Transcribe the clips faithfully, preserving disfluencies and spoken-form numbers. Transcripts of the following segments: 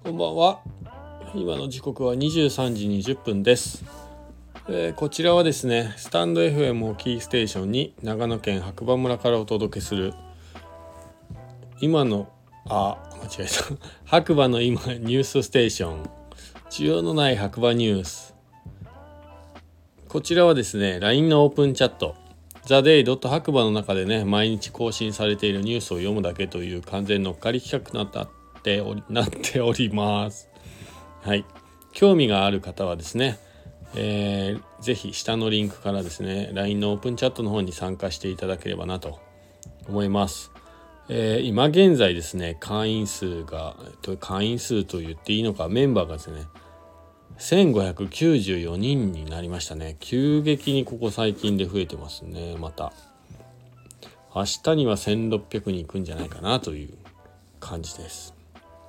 こんばんは。今の時刻はにじゅうさんじにじゅっぷんです。えー、こちらはですね、スタンド エフエム をキーステーションに長野県白馬村からお届けする今のあ間違えた白馬の今ニュースステーション、需要のない白馬ニュース。こちらはですね、 ライン のオープンチャット ザデイ 白馬の中でね、毎日更新されているニュースを読むだけという完全乗っかり企画となっておりなっております。はい、興味がある方はですね、えー、ぜひ下のリンクからですね ライン のオープンチャットの方に参加していただければなと思います。えー、今現在ですね、会員数が会員数と言っていいのか、メンバーがですねせんごひゃくきゅうじゅうよにんになりましたね。急激にここ最近で増えてますね。また明日にはせんろっぴゃくにんいくんじゃないかなという感じです。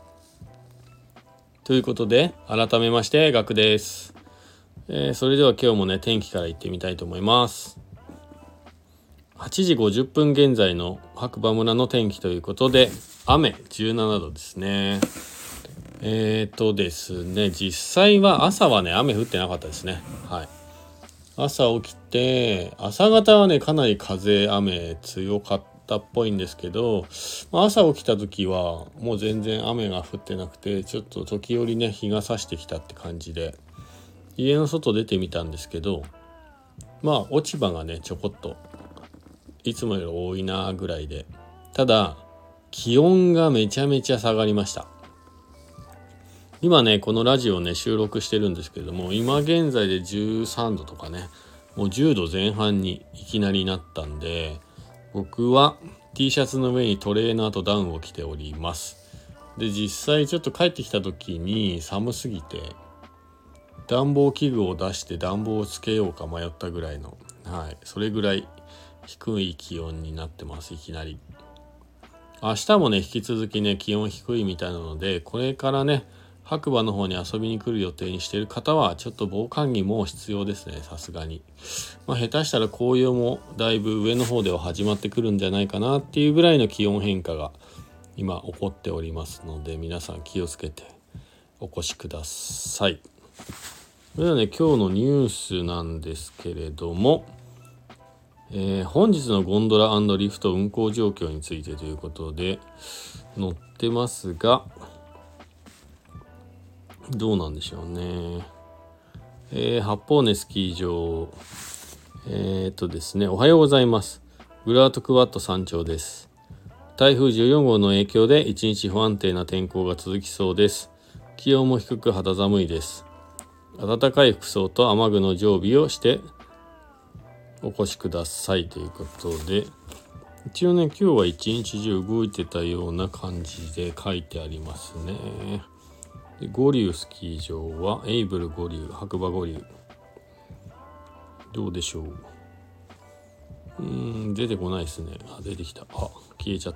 ということで改めましてガクです。えー、それでは今日もね、天気から行ってみたいと思います。はちじごじゅっぷん現在の白馬村の天気ということで、雨じゅうななどですね。えーとですね実際は朝はね雨降ってなかったですね。はい、朝起きて朝方はねかなり風雨強かったっぽいんですけど、朝起きた時はもう全然雨が降ってなくて、ちょっと時折ね日が差してきたって感じで、家の外出てみたんですけど、まあ落ち葉がねちょこっといつもより多いなぐらいで、ただ気温がめちゃめちゃ下がりました。今ねこのラジオをね収録してるんですけれども、今現在でじゅうさんどとかね、もうじゅうどぜん半にいきなりなったんで、僕は T シャツの上にトレーナーとダウンを着ております。で実際ちょっと帰ってきた時に寒すぎて暖房器具を出して暖房をつけようか迷ったぐらいの、はい、それぐらい低い気温になってます。いきなり明日もね引き続きね気温低いみたいなので、これからね白馬の方に遊びに来る予定にしている方はちょっと防寒着も必要ですね。さすがに、まあ、下手したら紅葉もだいぶ上の方では始まってくるんじゃないかなっていうぐらいの気温変化が今起こっておりますので、皆さん気をつけてお越しください。それではね今日のニュースなんですけれども、えー、本日のゴンドラ&リフト運行状況についてということで載ってますが、どうなんでしょうね。えー、八方根スキー場、えー、っとですねおはようございます。グラートクワット山頂です。台風じゅうよん号の影響で一日不安定な天候が続きそうです。気温も低く肌寒いです。暖かい服装と雨具の常備をしてお越しくださいということで、一応ね今日は一日中動いてたような感じで書いてありますね。で五竜スキー場はエイブル五竜、白馬五竜、どうでしょう。うーん出てこないですね。あ出てきた。あ消えちゃった。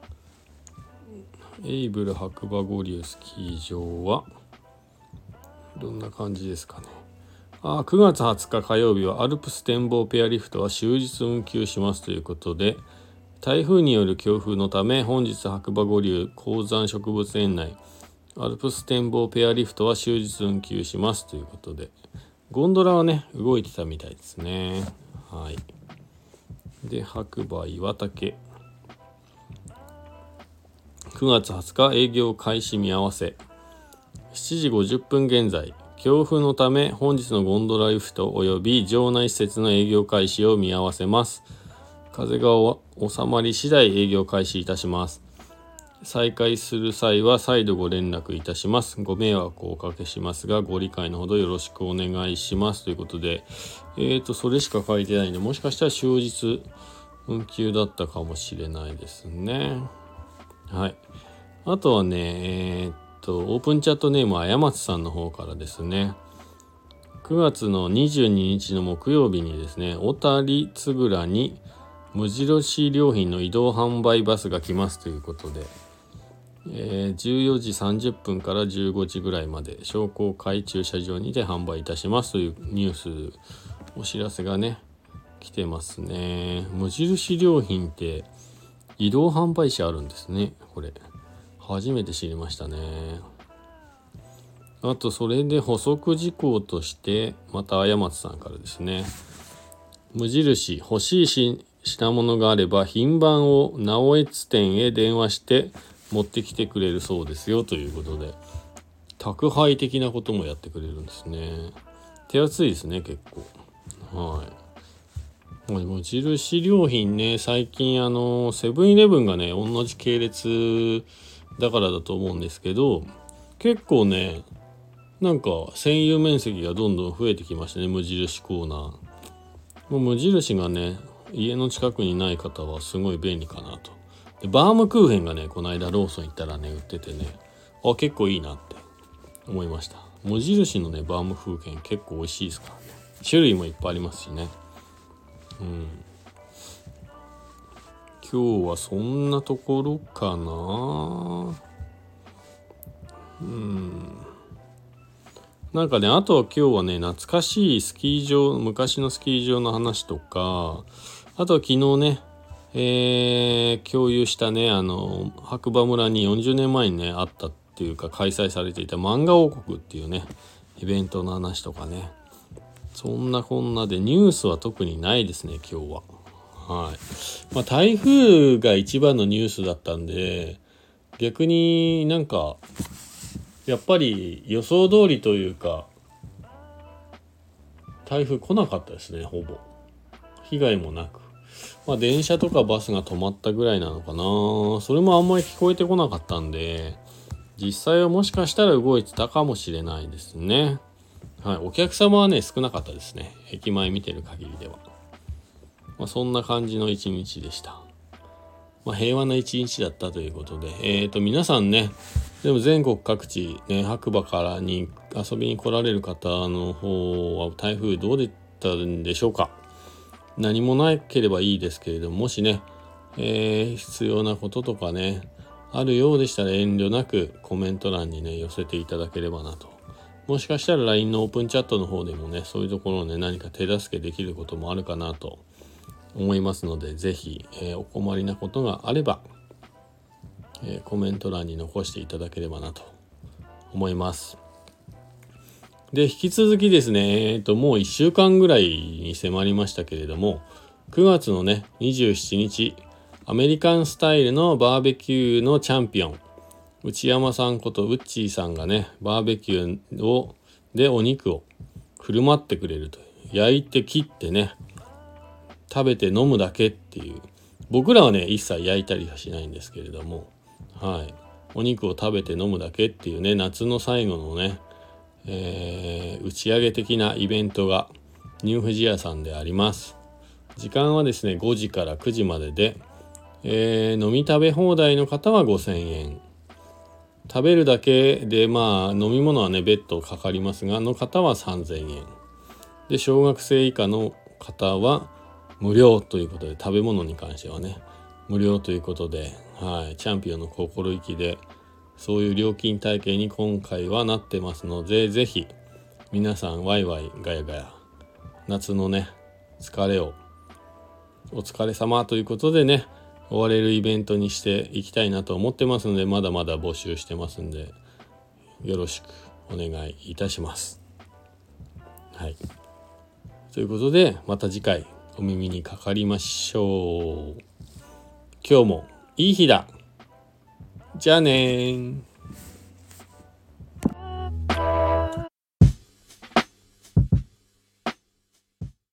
エイブル白馬五竜スキー場はどんな感じですかね。あくがつはつか火曜日はアルプス展望ペアリフトは終日運休しますということで、台風による強風のため本日白馬五竜高山植物園内アルプス展望ペアリフトは終日運休しますということで、ゴンドラはね動いてたみたいですね。はい。で白馬岩岳くがつはつか営業開始見合わせ、しちじごじゅっぷん現在強風のため本日のゴンドラリフト及び場内施設の営業開始を見合わせます。風が収まり次第営業開始いたします。再開する際は再度ご連絡いたします。ご迷惑をおかけしますがご理解のほどよろしくお願いしますということで、えーとそれしか書いてないんで、もしかしたら終日運休だったかもしれないですね。はい。あとはねえー、っとオープンチャットネームはやまつさんの方からですね、くがつのにじゅうににちの木曜日にですね、小谷つぐらに無印良品の移動販売バスが来ますということで、えー、じゅうよじさんじゅっぷんからじゅうごじぐらいまで商工会駐車場にて販売いたしますというニュースお知らせがね来てますね。無印良品って移動販売車あるんですね。これ初めて知りましたね。 あとそれで補足事項としてまた綾松さんからですね、無印欲しいし品物があれば品番を直江津店へ電話して持ってきてくれるそうですよということで、宅配的なこともやってくれるんですね。手厚いですね結構。はい。無印良品ね、最近あのセブンイレブンがね同じ系列だからだと思うんですけど、結構ねなんか占有面積がどんどん増えてきましたね、無印コーナー。もう無印がね家の近くにない方はすごい便利かなと。でバームクーヘンがねこの間ローソン行ったらね売っててね、あ結構いいなって思いました。無印のねバームクーヘン結構美味しいですからね。種類もいっぱいありますしね。うん。今日はそんなところかな。うん。なんかね、あとは今日はね、懐かしいスキー場、昔のスキー場の話とか、あとは昨日ね、えー、共有したね、あの、白馬村によんじゅうねんまえにね、あったっていうか開催されていた漫画王国っていうね、イベントの話とかね、そんなこんなでニュースは特にないですね、今日は。はい。まあ、台風が一番のニュースだったんで、逆になんか、やっぱり予想通りというか台風来なかったですね。ほぼ被害もなく、まあ電車とかバスが止まったぐらいなのかな。それもあんまり聞こえてこなかったんで、実際はもしかしたら動いてたかもしれないですね。はい、お客様はね少なかったですね、駅前見てる限りでは。まあ、そんな感じの一日でした。まあ、平和な一日だったということで、えーと皆さんね、でも全国各地、ね、白馬からに遊びに来られる方の方は台風どうだったんでしょうか。何もなければいいですけれども、もしね、えー、必要なこととかねあるようでしたら遠慮なくコメント欄にね寄せていただければなと。もしかしたら ライン のオープンチャットの方でもねそういうところをね何か手助けできることもあるかなと思いますので、ぜひ、えー、お困りなことがあれば、えー、コメント欄に残していただければなと思います。で、引き続きですね、えーと、もういっしゅうかんぐらいに迫りましたけれども、くがつのね、にじゅうしちにち、アメリカンスタイルのバーベキューのチャンピオン、内山さんことウッチーさんがね、バーベキューを、でお肉を振る舞ってくれるという。焼いて切ってね、食べて飲むだけっていう。僕らはね、一切焼いたりはしないんですけれども、はい。お肉を食べて飲むだけっていうね、夏の最後のね、えー、打ち上げ的なイベントがニューフジ屋さんであります。時間はですねごじからくじまでで、えー、飲み食べ放題の方はごせんえん、食べるだけでまあ飲み物はね別途かかりますがの方はさんぜんえんで、小学生以下の方は無料ということで、食べ物に関してはね無料ということで、はい、チャンピオンの心意気でそういう料金体系に今回はなってますので、ぜひ皆さんワイワイガヤガヤ夏のね疲れをお疲れ様ということでね終われるイベントにしていきたいなと思ってますので、まだまだ募集してますんでよろしくお願いいたします。はい、ということでまた次回お耳にかかりましょう。今日もいい日だ。じゃあねー。